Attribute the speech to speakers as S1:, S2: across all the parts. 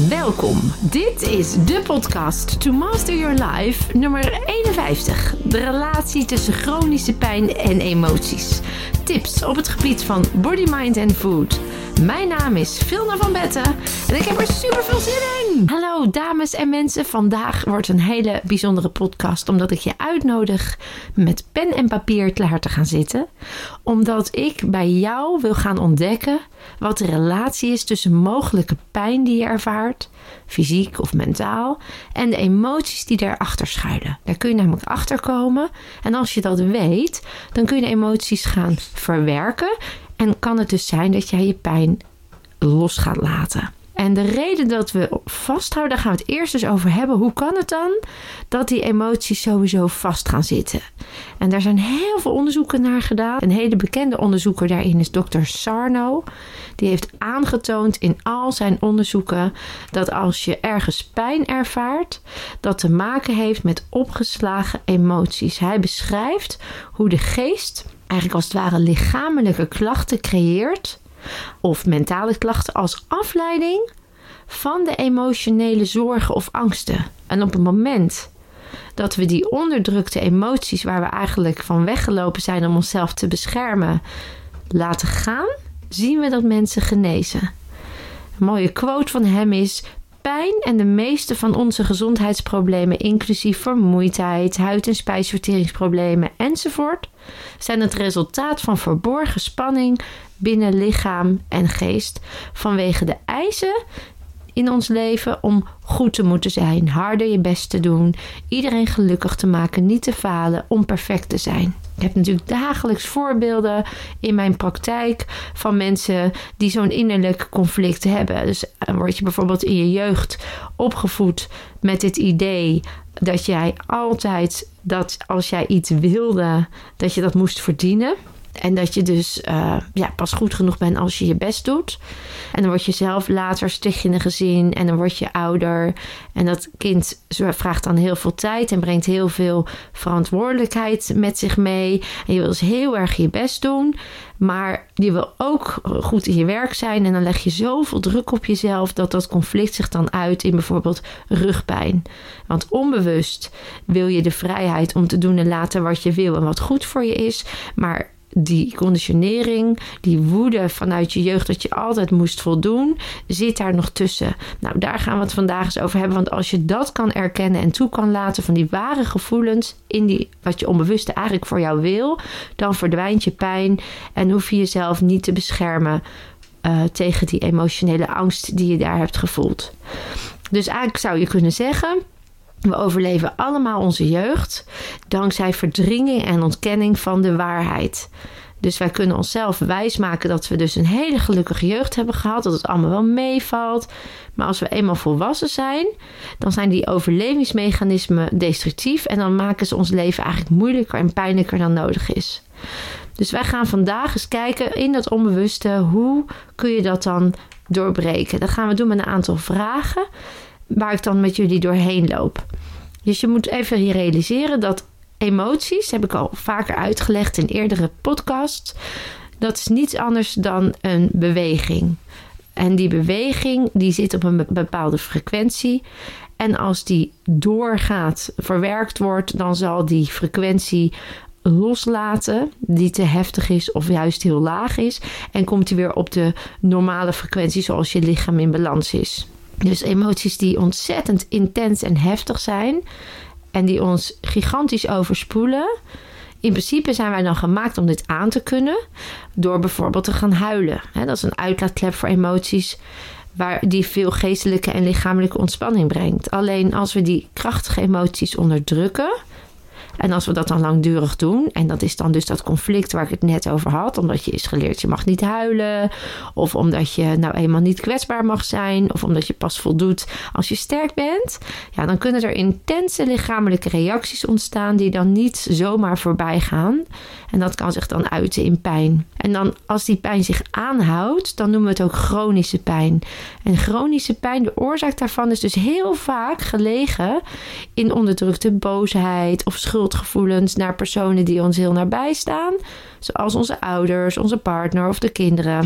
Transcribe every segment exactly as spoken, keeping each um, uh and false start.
S1: Welkom. Dit is de podcast To Master Your Life nummer eenenvijftig. De relatie tussen chronische pijn en emoties. Tips op het gebied van body, mind en food. Mijn naam is Vilna van Betten en ik heb er super veel zin in. Hallo dames en mensen. Vandaag wordt een hele bijzondere podcast omdat ik je uitnodig met pen en papier klaar te gaan zitten. Omdat ik bij jou wil gaan ontdekken wat de relatie is tussen mogelijke pijn die je ervaart, fysiek of mentaal, en de emoties die daarachter schuilen. Daar kun je namelijk achter komen. En als je dat weet, dan kun je de emoties gaan verwerken. En kan het dus zijn dat jij je pijn los gaat laten. En de reden dat we vasthouden, daar gaan we het eerst dus over hebben. Hoe kan het dan dat die emoties sowieso vast gaan zitten? En daar zijn heel veel onderzoeken naar gedaan. Een hele bekende onderzoeker daarin is dokter Sarno. Die heeft aangetoond in al zijn onderzoeken dat als je ergens pijn ervaart, dat te maken heeft met opgeslagen emoties. Hij beschrijft hoe de geest eigenlijk als het ware lichamelijke klachten creëert, of mentale klachten als afleiding van de emotionele zorgen of angsten. En op het moment dat we die onderdrukte emoties, waar we eigenlijk van weggelopen zijn om onszelf te beschermen, laten gaan, zien we dat mensen genezen. Een mooie quote van hem is: pijn en de meeste van onze gezondheidsproblemen, inclusief vermoeidheid, huid- en spijsverteringsproblemen enzovoort, zijn het resultaat van verborgen spanning binnen lichaam en geest vanwege de eisen in ons leven om goed te moeten zijn, harder je best te doen, iedereen gelukkig te maken, niet te falen, om perfect te zijn. Ik heb natuurlijk dagelijks voorbeelden in mijn praktijk van mensen die zo'n innerlijk conflict hebben. Dus word je bijvoorbeeld in je jeugd opgevoed met het idee dat jij altijd, dat als jij iets wilde, dat je dat moest verdienen. En dat je dus uh, ja, pas goed genoeg bent als je je best doet. En dan word je zelf later sticht je in een gezin en dan word je ouder. En dat kind vraagt dan heel veel tijd en brengt heel veel verantwoordelijkheid met zich mee. En je wil dus heel erg je best doen. Maar je wil ook goed in je werk zijn. En dan leg je zoveel druk op jezelf dat dat conflict zich dan uit in bijvoorbeeld rugpijn. Want onbewust wil je de vrijheid om te doen en laten wat je wil en wat goed voor je is. Maar die conditionering, die woede vanuit je jeugd dat je altijd moest voldoen, zit daar nog tussen. Nou, daar gaan we het vandaag eens over hebben. Want als je dat kan erkennen en toe kan laten van die ware gevoelens in die wat je onbewuste eigenlijk voor jou wil, dan verdwijnt je pijn en hoef je jezelf niet te beschermen uh, tegen die emotionele angst die je daar hebt gevoeld. Dus eigenlijk zou je kunnen zeggen, we overleven allemaal onze jeugd dankzij verdringing en ontkenning van de waarheid. Dus wij kunnen onszelf wijsmaken dat we dus een hele gelukkige jeugd hebben gehad, dat het allemaal wel meevalt. Maar als we eenmaal volwassen zijn, dan zijn die overlevingsmechanismen destructief en dan maken ze ons leven eigenlijk moeilijker en pijnlijker dan nodig is. Dus wij gaan vandaag eens kijken in dat onbewuste, hoe kun je dat dan doorbreken? Dat gaan we doen met een aantal vragen waar ik dan met jullie doorheen loop. Dus je moet even hier realiseren dat emoties, heb ik al vaker uitgelegd in eerdere podcasts, dat is niets anders dan een beweging. En die beweging die zit op een bepaalde frequentie. En als die doorgaat, verwerkt wordt, dan zal die frequentie loslaten die te heftig is of juist heel laag is. En komt die weer op de normale frequentie zoals je lichaam in balans is. Dus emoties die ontzettend intens en heftig zijn en die ons gigantisch overspoelen. In principe zijn wij dan gemaakt om dit aan te kunnen door bijvoorbeeld te gaan huilen. Dat is een uitlaatklep voor emoties waar die veel geestelijke en lichamelijke ontspanning brengt. Alleen als we die krachtige emoties onderdrukken en als we dat dan langdurig doen, en dat is dan dus dat conflict waar ik het net over had, omdat je is geleerd je mag niet huilen, of omdat je nou eenmaal niet kwetsbaar mag zijn, of omdat je pas voldoet als je sterk bent, ja, dan kunnen er intense lichamelijke reacties ontstaan die dan niet zomaar voorbij gaan. En dat kan zich dan uiten in pijn. En dan als die pijn zich aanhoudt, dan noemen we het ook chronische pijn. En chronische pijn, de oorzaak daarvan is dus heel vaak gelegen in onderdrukte boosheid of schuldgevoelens naar personen die ons heel nabij staan. Zoals onze ouders, onze partner of de kinderen.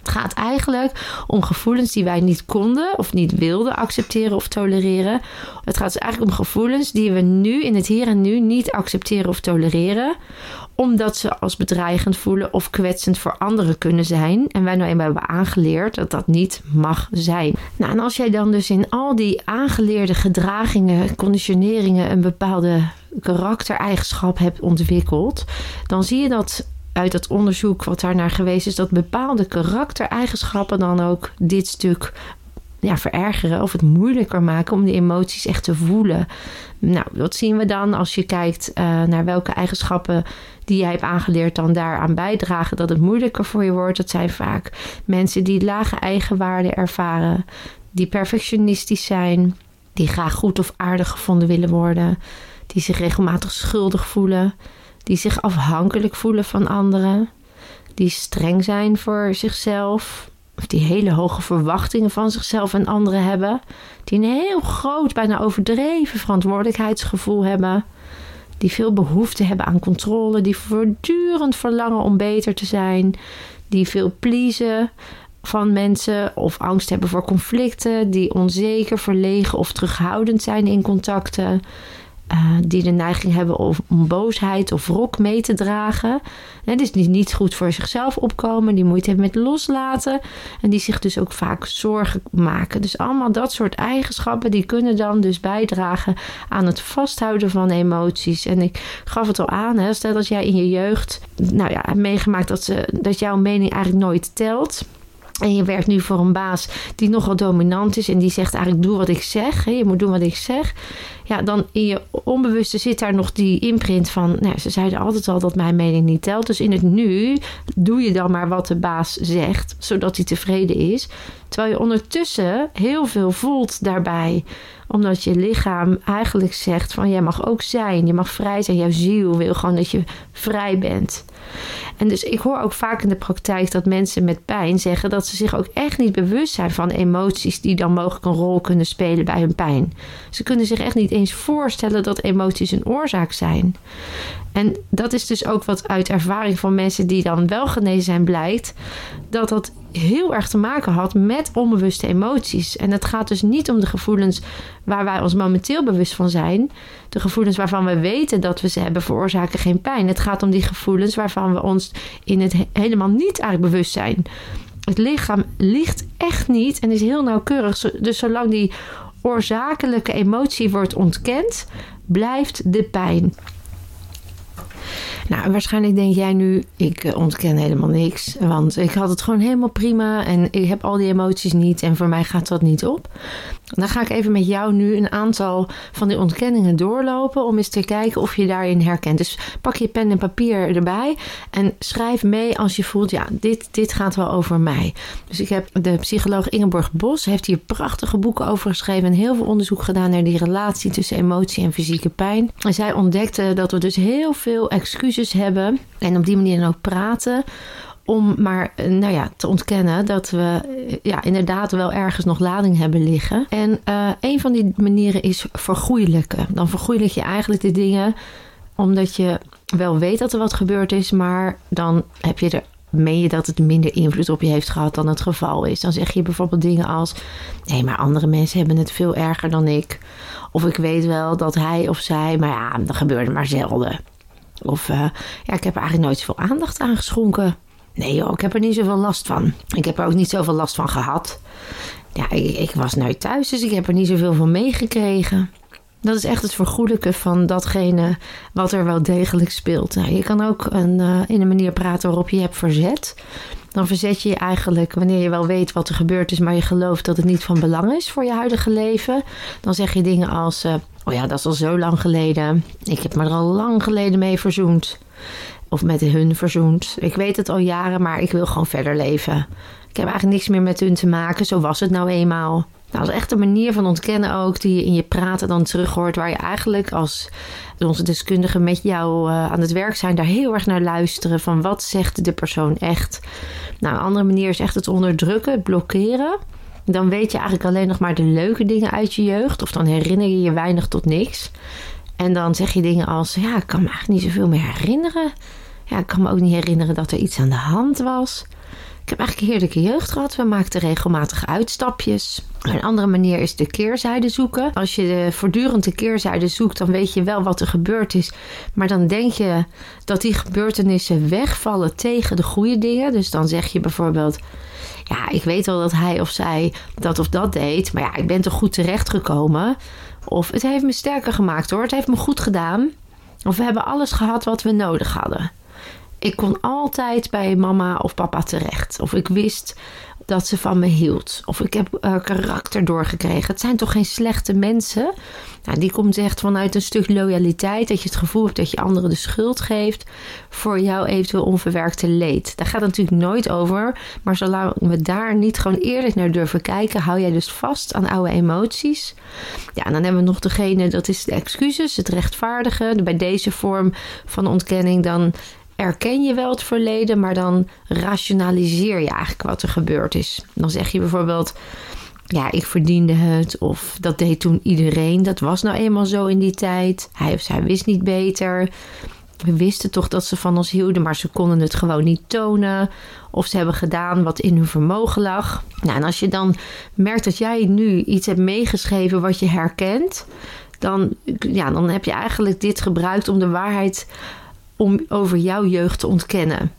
S1: Het gaat eigenlijk om gevoelens die wij niet konden of niet wilden accepteren of tolereren. Het gaat dus eigenlijk om gevoelens die we nu in het hier en nu niet accepteren of tolereren. Omdat ze als bedreigend voelen of kwetsend voor anderen kunnen zijn. En wij nou eenmaal hebben aangeleerd dat dat niet mag zijn. Nou, en als jij dan dus in al die aangeleerde gedragingen, conditioneringen een bepaalde karaktereigenschap hebt ontwikkeld, dan zie je dat uit dat onderzoek wat daarnaar geweest is, dat bepaalde karaktereigenschappen dan ook dit stuk ja, verergeren of het moeilijker maken om die emoties echt te voelen. Nou, wat zien we dan als je kijkt uh, naar welke eigenschappen die jij hebt aangeleerd dan daaraan bijdragen dat het moeilijker voor je wordt? Dat zijn vaak mensen die lage eigenwaarde ervaren, die perfectionistisch zijn, die graag goed of aardig gevonden willen worden, die zich regelmatig schuldig voelen, die zich afhankelijk voelen van anderen, die streng zijn voor zichzelf, of die hele hoge verwachtingen van zichzelf en anderen hebben, die een heel groot, bijna overdreven verantwoordelijkheidsgevoel hebben, die veel behoefte hebben aan controle, die voortdurend verlangen om beter te zijn, die veel pleasen van mensen of angst hebben voor conflicten, die onzeker, verlegen of terughoudend zijn in contacten, Uh, die de neiging hebben om boosheid of wrok mee te dragen. He, dus die niet goed voor zichzelf opkomen, die moeite hebben met loslaten en die zich dus ook vaak zorgen maken. Dus allemaal dat soort eigenschappen die kunnen dan dus bijdragen aan het vasthouden van emoties. En ik gaf het al aan, hè, stel dat jij in je jeugd nou ja, hebt meegemaakt dat, ze, dat jouw mening eigenlijk nooit telt. En je werkt nu voor een baas die nogal dominant is en die zegt eigenlijk doe wat ik zeg. Hè, je moet doen wat ik zeg. Ja, dan in je onbewuste zit daar nog die imprint van, nou, ze zeiden altijd al dat mijn mening niet telt. Dus in het nu doe je dan maar wat de baas zegt, zodat hij tevreden is. Terwijl je ondertussen heel veel voelt daarbij. Omdat je lichaam eigenlijk zegt van jij mag ook zijn, je mag vrij zijn. Jouw ziel wil gewoon dat je vrij bent. En dus ik hoor ook vaak in de praktijk dat mensen met pijn zeggen dat ze zich ook echt niet bewust zijn van emoties die dan mogelijk een rol kunnen spelen bij hun pijn. Ze kunnen zich echt niet eens voorstellen dat emoties een oorzaak zijn. En dat is dus ook wat uit ervaring van mensen die dan wel genezen zijn blijkt, dat dat heel erg te maken had met onbewuste emoties. En het gaat dus niet om de gevoelens waar wij ons momenteel bewust van zijn. De gevoelens waarvan we weten dat we ze hebben veroorzaken geen pijn. Het gaat om die gevoelens waarvan we ons in het he- helemaal niet eigenlijk bewust zijn. Het lichaam liegt echt niet en is heel nauwkeurig. Dus zolang die oorzakelijke emotie wordt ontkend, blijft de pijn. Nou, waarschijnlijk denk jij nu, ik ontken helemaal niks. Want ik had het gewoon helemaal prima en ik heb al die emoties niet en voor mij gaat dat niet op. Dan ga ik even met jou nu een aantal van die ontkenningen doorlopen om eens te kijken of je daarin herkent. Dus pak je pen en papier erbij en schrijf mee als je voelt, ja, dit, dit gaat wel over mij. Dus ik heb de psycholoog Ingeborg Bos, heeft hier prachtige boeken over geschreven en heel veel onderzoek gedaan naar die relatie tussen emotie en fysieke pijn. En zij ontdekte dat we dus heel veel excuses hebben en op die manier dan ook praten om maar nou ja, te ontkennen dat we ja, inderdaad wel ergens nog lading hebben liggen. En uh, een van die manieren is vergoeilijken. Dan vergoeilijk je eigenlijk de dingen omdat je wel weet dat er wat gebeurd is, maar dan heb je er, meen je dat het minder invloed op je heeft gehad dan het geval is. Dan zeg je bijvoorbeeld dingen als, nee, maar andere mensen hebben het veel erger dan ik. Of ik weet wel dat hij of zij, maar ja, dat gebeurde maar zelden. Of uh, ja, ik heb er eigenlijk nooit zoveel aandacht aan geschonken. Nee joh, ik heb er niet zoveel last van. Ik heb er ook niet zoveel last van gehad. Ja, ik, ik was nooit thuis, dus ik heb er niet zoveel van meegekregen. Dat is echt het vergoelijken van datgene wat er wel degelijk speelt. Nou, je kan ook een, uh, in een manier praten waarop je je hebt verzet. Dan verzet je je eigenlijk wanneer je wel weet wat er gebeurd is, maar je gelooft dat het niet van belang is voor je huidige leven. Dan zeg je dingen als, uh, oh ja, dat is al zo lang geleden. Ik heb me er al lang geleden mee verzoend. Of met hun verzoend. Ik weet het al jaren, maar ik wil gewoon verder leven. Ik heb eigenlijk niks meer met hun te maken. Zo was het nou eenmaal. Nou, dat is echt een manier van ontkennen ook die je in je praten dan terug hoort. Waar je eigenlijk als onze deskundigen met jou uh, aan het werk zijn, daar heel erg naar luisteren. Van wat zegt de persoon echt? Nou, een andere manier is echt het onderdrukken, het blokkeren. Dan weet je eigenlijk alleen nog maar de leuke dingen uit je jeugd. Of dan herinner je je weinig tot niks. En dan zeg je dingen als, ja, ik kan me eigenlijk niet zoveel meer herinneren. Ja, ik kan me ook niet herinneren dat er iets aan de hand was. Ik heb eigenlijk een heerlijke jeugd gehad. We maakten regelmatig uitstapjes. Een andere manier is de keerzijde zoeken. Als je de voortdurend de keerzijde zoekt, dan weet je wel wat er gebeurd is. Maar dan denk je dat die gebeurtenissen wegvallen tegen de goede dingen. Dus dan zeg je bijvoorbeeld, ja, ik weet wel dat hij of zij dat of dat deed. Maar ja, ik ben toch goed terechtgekomen. Of het heeft me sterker gemaakt hoor. Het heeft me goed gedaan. Of we hebben alles gehad wat we nodig hadden. Ik kon altijd bij mama of papa terecht. Of ik wist dat ze van me hield. Of ik heb uh, karakter doorgekregen. Het zijn toch geen slechte mensen? Nou, die komt echt vanuit een stuk loyaliteit. Dat je het gevoel hebt dat je anderen de schuld geeft voor jouw eventueel onverwerkte leed. Daar gaat het natuurlijk nooit over. Maar zolang we daar niet gewoon eerlijk naar durven kijken, hou jij dus vast aan oude emoties. Ja, en dan hebben we nog degene, dat is de excuses, het rechtvaardigen. Bij deze vorm van ontkenning dan erken je wel het verleden, maar dan rationaliseer je eigenlijk wat er gebeurd is. Dan zeg je bijvoorbeeld, ja, ik verdiende het, of dat deed toen iedereen. Dat was nou eenmaal zo in die tijd. Hij of zij wist niet beter. We wisten toch dat ze van ons hielden, maar ze konden het gewoon niet tonen. Of ze hebben gedaan wat in hun vermogen lag. Nou, en als je dan merkt dat jij nu iets hebt meegeschreven wat je herkent, dan, ja, dan heb je eigenlijk dit gebruikt om de waarheid om over jouw jeugd te ontkennen.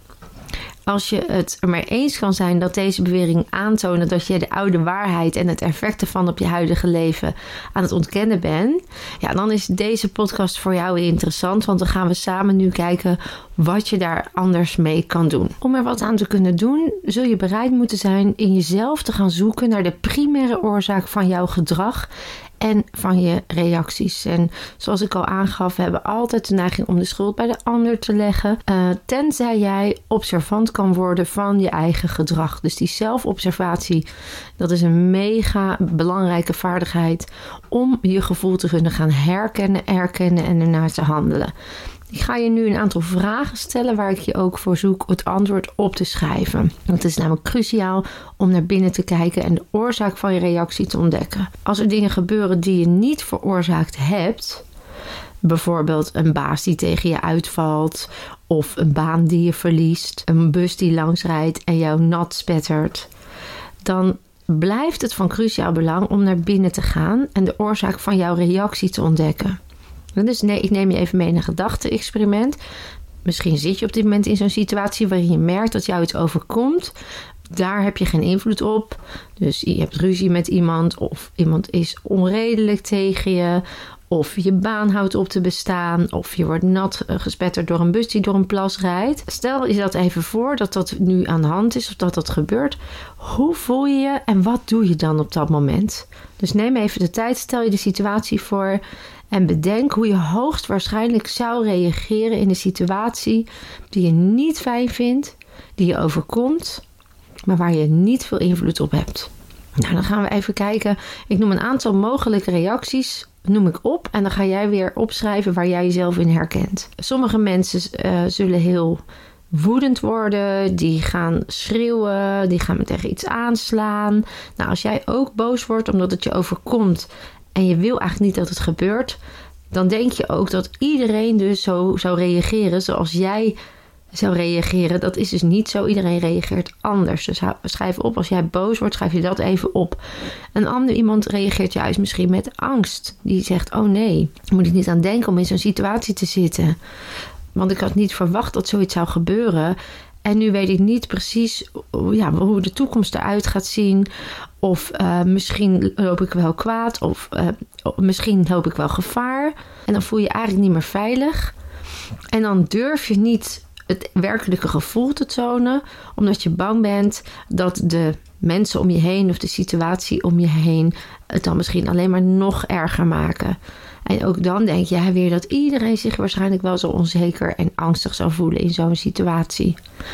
S1: Als je het er maar eens kan zijn dat deze bewering aantonen dat je de oude waarheid en het effect ervan op je huidige leven aan het ontkennen bent, ja, dan is deze podcast voor jou interessant, want dan gaan we samen nu kijken wat je daar anders mee kan doen. Om er wat aan te kunnen doen, zul je bereid moeten zijn in jezelf te gaan zoeken naar de primaire oorzaak van jouw gedrag en van je reacties. En zoals ik al aangaf, we hebben altijd de neiging om de schuld bij de ander te leggen. Uh, tenzij jij observant kan worden van je eigen gedrag. Dus die zelfobservatie, dat is een mega belangrijke vaardigheid om je gevoel te kunnen gaan herkennen, erkennen en ernaar te handelen. Ik ga je nu een aantal vragen stellen waar ik je ook voor zoek het antwoord op te schrijven. Het is namelijk cruciaal om naar binnen te kijken en de oorzaak van je reactie te ontdekken. Als er dingen gebeuren die je niet veroorzaakt hebt, bijvoorbeeld een baas die tegen je uitvalt, of een baan die je verliest, een bus die langs rijdt en jou nat spettert, dan blijft het van cruciaal belang om naar binnen te gaan en de oorzaak van jouw reactie te ontdekken. Dus nee, ik neem je even mee in een gedachte-experiment. Misschien zit je op dit moment in zo'n situatie waarin je merkt dat jou iets overkomt. Daar heb je geen invloed op. Dus je hebt ruzie met iemand, of iemand is onredelijk tegen je, of je baan houdt op te bestaan, of je wordt nat gespetterd door een bus die door een plas rijdt. Stel je dat even voor dat dat nu aan de hand is of dat dat gebeurt. Hoe voel je je en wat doe je dan op dat moment? Dus neem even de tijd, stel je de situatie voor en bedenk hoe je hoogstwaarschijnlijk zou reageren in een situatie die je niet fijn vindt, die je overkomt, maar waar je niet veel invloed op hebt. Nou, dan gaan we even kijken. Ik noem een aantal mogelijke reacties, noem ik op. En dan ga jij weer opschrijven waar jij jezelf in herkent. Sommige mensen uh, zullen heel woedend worden. Die gaan schreeuwen. Die gaan me tegen iets aanslaan. Nou, als jij ook boos wordt omdat het je overkomt en je wil eigenlijk niet dat het gebeurt, dan denk je ook dat iedereen dus zo zou reageren zoals jij zou reageren. Dat is dus niet zo. Iedereen reageert anders. Dus schrijf op, als jij boos wordt, schrijf je dat even op. Een ander iemand reageert juist misschien met angst. Die zegt, oh nee, moet ik niet aan denken om in zo'n situatie te zitten. Want ik had niet verwacht dat zoiets zou gebeuren. En nu weet ik niet precies ja, hoe de toekomst eruit gaat zien. Of uh, misschien loop ik wel kwaad. Of uh, misschien loop ik wel gevaar. En dan voel je je eigenlijk niet meer veilig. En dan durf je niet het werkelijke gevoel te tonen, omdat je bang bent dat de mensen om je heen of de situatie om je heen het dan misschien alleen maar nog erger maken. En ook dan denk je weer dat iedereen zich waarschijnlijk wel zo onzeker en angstig zou voelen in zo'n situatie.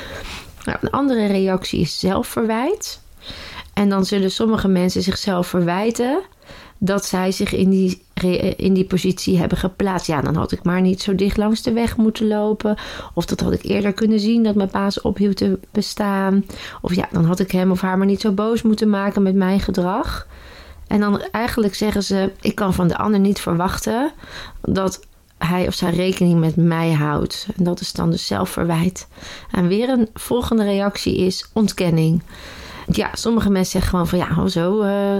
S1: Nou, een andere reactie is zelfverwijt. En dan zullen sommige mensen zichzelf verwijten dat zij zich in die, in die positie hebben geplaatst. Ja, dan had ik maar niet zo dicht langs de weg moeten lopen. Of dat had ik eerder kunnen zien dat mijn baas ophield te bestaan. Of ja, dan had ik hem of haar maar niet zo boos moeten maken met mijn gedrag. En dan eigenlijk zeggen ze, ik kan van de ander niet verwachten dat hij of zij rekening met mij houdt. En dat is dan dus zelfverwijt. En weer een volgende reactie is ontkenning. Ja, sommige mensen zeggen gewoon van ja, hoezo, uh,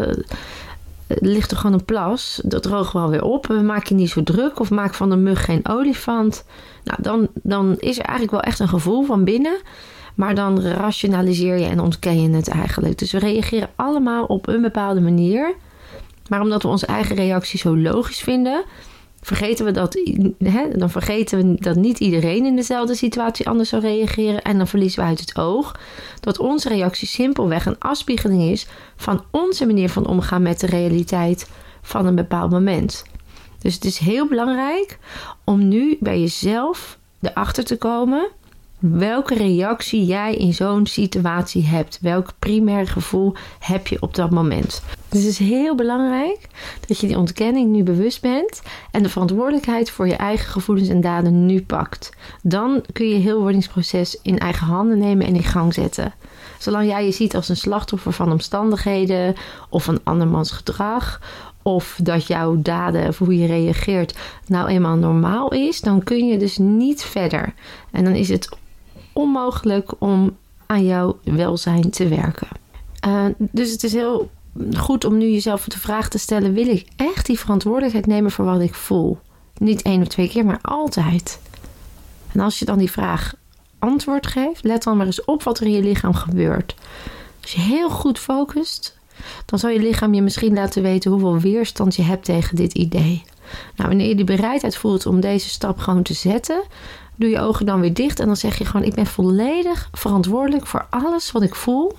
S1: er ligt er gewoon een plas. Dat drogen we wel weer op. We maken je niet zo druk. Of maak van de mug geen olifant. Nou, dan, dan is er eigenlijk wel echt een gevoel van binnen. Maar dan rationaliseer je en ontken je het eigenlijk. Dus we reageren allemaal op een bepaalde manier. Maar omdat we onze eigen reactie zo logisch vinden, vergeten we dat, hè, dan vergeten we dat niet iedereen in dezelfde situatie anders zou reageren. En dan verliezen we uit het oog dat onze reactie simpelweg een afspiegeling is van onze manier van omgaan met de realiteit van een bepaald moment. Dus het is heel belangrijk om nu bij jezelf erachter te komen welke reactie jij in zo'n situatie hebt. Welk primair gevoel heb je op dat moment. Dus het is heel belangrijk dat je die ontkenning nu bewust bent en de verantwoordelijkheid voor je eigen gevoelens en daden nu pakt. Dan kun je heel wordingsproces in eigen handen nemen en in gang zetten. Zolang jij je ziet als een slachtoffer van omstandigheden of van andermans gedrag, of dat jouw daden of hoe je reageert nou eenmaal normaal is, dan kun je dus niet verder. En dan is het onmogelijk om aan jouw welzijn te werken. Uh, dus het is heel goed om nu jezelf de vraag te stellen: wil ik echt die verantwoordelijkheid nemen voor wat ik voel? Niet één of twee keer, maar altijd. En als je dan die vraag antwoord geeft, let dan maar eens op wat er in je lichaam gebeurt. Als je heel goed focust, dan zal je lichaam je misschien laten weten hoeveel weerstand je hebt tegen dit idee. Nou, wanneer je die bereidheid voelt om deze stap gewoon te zetten, doe je ogen dan weer dicht en dan zeg je gewoon: ik ben volledig verantwoordelijk voor alles wat ik voel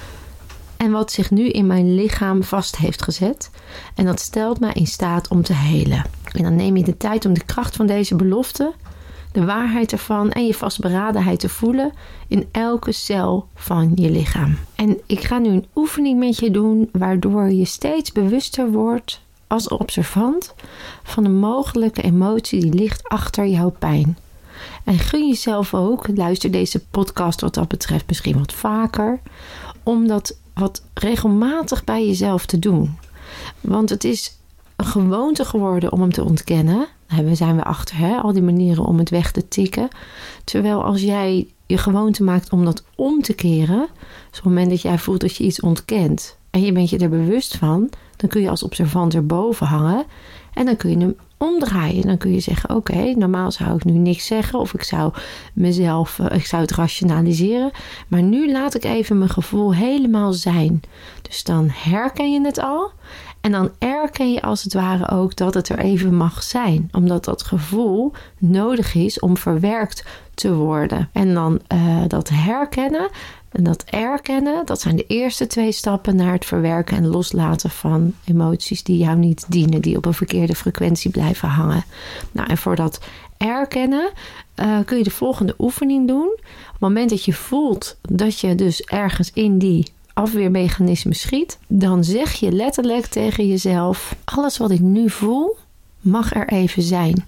S1: en wat zich nu in mijn lichaam vast heeft gezet. En dat stelt mij in staat om te helen. En dan neem je de tijd om de kracht van deze belofte, de waarheid ervan en je vastberadenheid te voelen in elke cel van je lichaam. En ik ga nu een oefening met je doen waardoor je steeds bewuster wordt als observant van de mogelijke emotie die ligt achter jouw pijn. En gun jezelf ook, luister deze podcast wat dat betreft misschien wat vaker, om dat wat regelmatig bij jezelf te doen. Want het is een gewoonte geworden om hem te ontkennen. Daar zijn we achter, hè? Al die manieren om het weg te tikken. Terwijl als jij je gewoonte maakt om dat om te keren, dus op het moment dat jij voelt dat je iets ontkent en je bent je er bewust van, dan kun je als observant erboven hangen en dan kun je hem omdraaien. Dan kun je zeggen: oké, okay, normaal zou ik nu niks zeggen of ik zou mezelf, ik zou het rationaliseren, maar nu laat ik even mijn gevoel helemaal zijn. Dus dan herken je het al en dan erken je als het ware ook dat het er even mag zijn, omdat dat gevoel nodig is om verwerkt te worden. En dan uh, dat herkennen en dat erkennen, dat zijn de eerste twee stappen naar het verwerken en loslaten van emoties die jou niet dienen, die op een verkeerde frequentie blijven hangen. Nou, en voor dat erkennen uh, kun je de volgende oefening doen. Op het moment dat je voelt dat je dus ergens in die afweermechanisme schiet, dan zeg je letterlijk tegen jezelf: alles wat ik nu voel mag er even zijn.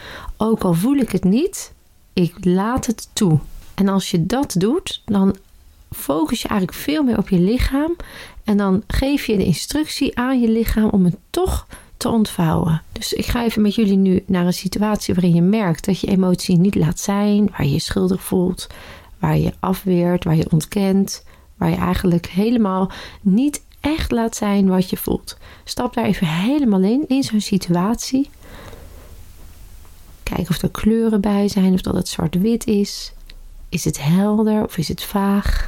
S1: Ook al voel ik het niet, ik laat het toe. En als je dat doet, dan focus je eigenlijk veel meer op je lichaam en dan geef je de instructie aan je lichaam om het toch te ontvouwen. Dus ik ga even met jullie nu naar een situatie waarin je merkt dat je emotie niet laat zijn, waar je je schuldig voelt, waar je afweert, waar je ontkent, waar je eigenlijk helemaal niet echt laat zijn wat je voelt. Stap daar even helemaal in, in zo'n situatie. Kijk of er kleuren bij zijn, of dat het zwart-wit is. Is het helder of is het vaag?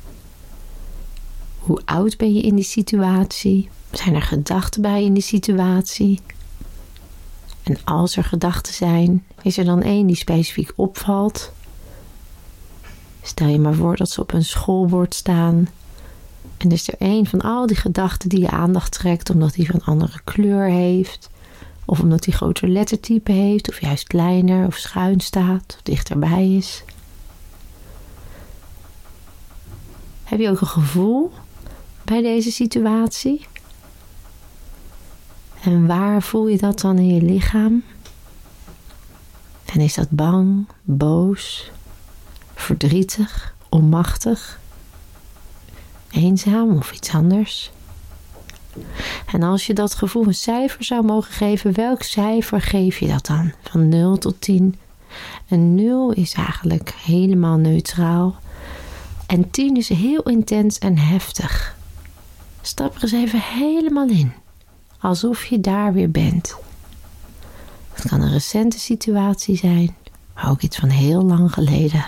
S1: Hoe oud ben je in die situatie? Zijn er gedachten bij in die situatie? En als er gedachten zijn, is er dan één die specifiek opvalt? Stel je maar voor dat ze op een schoolbord staan. En is er één van al die gedachten die je aandacht trekt omdat die een andere kleur heeft. Of omdat die groter lettertype heeft. Of juist kleiner of schuin staat. Of dichterbij is. Heb je ook een gevoel bij deze situatie? En waar voel je dat dan in je lichaam? En is dat bang, boos, verdrietig, onmachtig, eenzaam of iets anders? En als je dat gevoel een cijfer zou mogen geven, welk cijfer geef je dat dan? Van nul tot tien. En nul is eigenlijk helemaal neutraal. En tien is heel intens en heftig. Stap er eens even helemaal in. Alsof je daar weer bent. Het kan een recente situatie zijn, maar ook iets van heel lang geleden.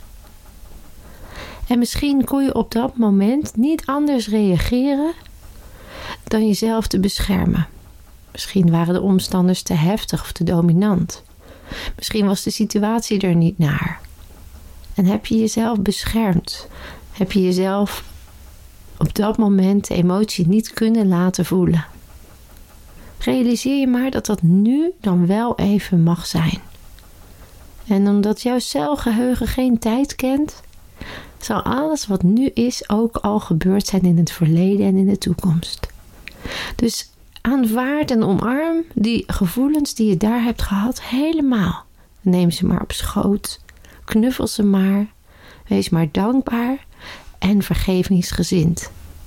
S1: En misschien kon je op dat moment niet anders reageren dan jezelf te beschermen. Misschien waren de omstanders te heftig of te dominant. Misschien was de situatie er niet naar. En heb je jezelf beschermd? Heb je jezelf op dat moment de emotie niet kunnen laten voelen? Realiseer je maar dat dat nu dan wel even mag zijn. En omdat jouw celgeheugen geen tijd kent, zal alles wat nu is ook al gebeurd zijn in het verleden en in de toekomst. Dus aanvaard en omarm die gevoelens die je daar hebt gehad helemaal. Neem ze maar op schoot, knuffel ze maar, wees maar dankbaar en vergevingsgezind.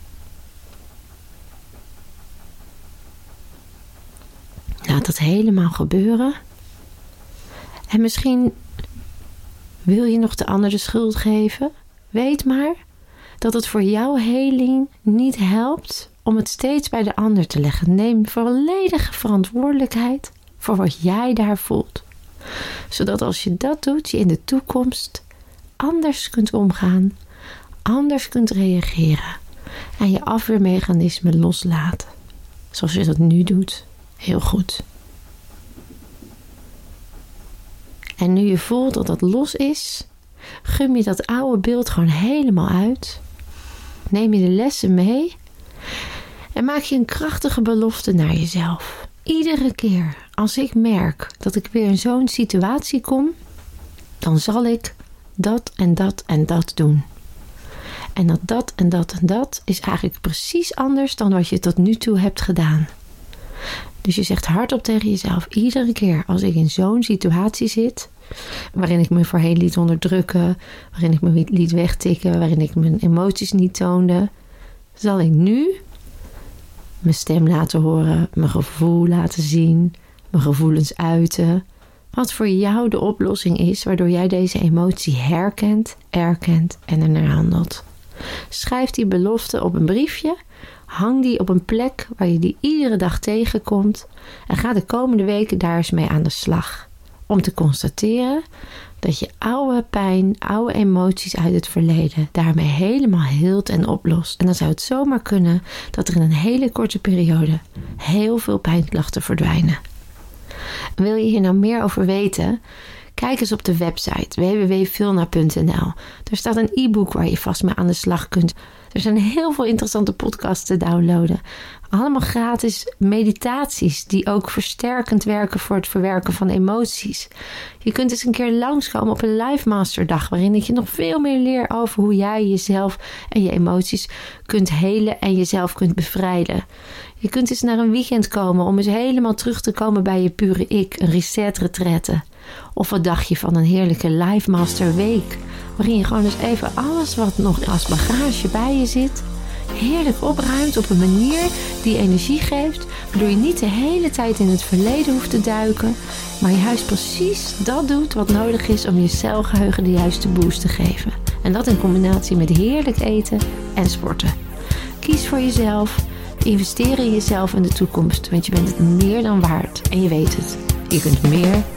S1: Laat dat helemaal gebeuren. En misschien wil je nog de ander de schuld geven. Weet maar dat het voor jouw heling niet helpt om het steeds bij de ander te leggen. Neem volledige verantwoordelijkheid voor wat jij daar voelt. Zodat als je dat doet, je in de toekomst anders kunt omgaan, anders kunt reageren en je afweermechanismen loslaten. Zoals je dat nu doet. Heel goed. En nu je voelt dat dat los is, gum je dat oude beeld gewoon helemaal uit. Neem je de lessen mee en maak je een krachtige belofte naar jezelf. Iedere keer als ik merk dat ik weer in zo'n situatie kom, dan zal ik dat en dat en dat doen. En dat dat en dat en dat is eigenlijk precies anders dan wat je tot nu toe hebt gedaan. Dus je zegt hardop tegen jezelf, iedere keer als ik in zo'n situatie zit, waarin ik me voorheen liet onderdrukken, waarin ik me liet wegtikken, waarin ik mijn emoties niet toonde, zal ik nu mijn stem laten horen, mijn gevoel laten zien, mijn gevoelens uiten. Wat voor jou de oplossing is, waardoor jij deze emotie herkent, erkent en ernaar handelt. Schrijf die belofte op een briefje. Hang die op een plek waar je die iedere dag tegenkomt. En ga de komende weken daar eens mee aan de slag. Om te constateren dat je oude pijn, oude emoties uit het verleden daarmee helemaal heelt en oplost. En dan zou het zomaar kunnen dat er in een hele korte periode heel veel pijnklachten verdwijnen. Wil je hier nou meer over weten? Kijk eens op de website w w w punt vilna punt n l. Er staat een e-book waar je vast mee aan de slag kunt. Er zijn heel veel interessante podcasts te downloaden. Allemaal gratis meditaties die ook versterkend werken voor het verwerken van emoties. Je kunt eens een keer langskomen op een live masterdag waarin ik je nog veel meer leer over hoe jij jezelf en je emoties kunt helen en jezelf kunt bevrijden. Je kunt eens naar een weekend komen om eens helemaal terug te komen bij je pure ik, een reset retraite. Of wat dacht je van een heerlijke live master week, waarin je gewoon eens even alles wat nog als bagage bij je zit, heerlijk opruimt op een manier die energie geeft, waardoor je niet de hele tijd in het verleden hoeft te duiken, maar juist precies dat doet wat nodig is om je celgeheugen de juiste boost te geven. En dat in combinatie met heerlijk eten en sporten. Kies voor jezelf, investeer in jezelf in de toekomst, want je bent het meer dan waard en je weet het. Je kunt meer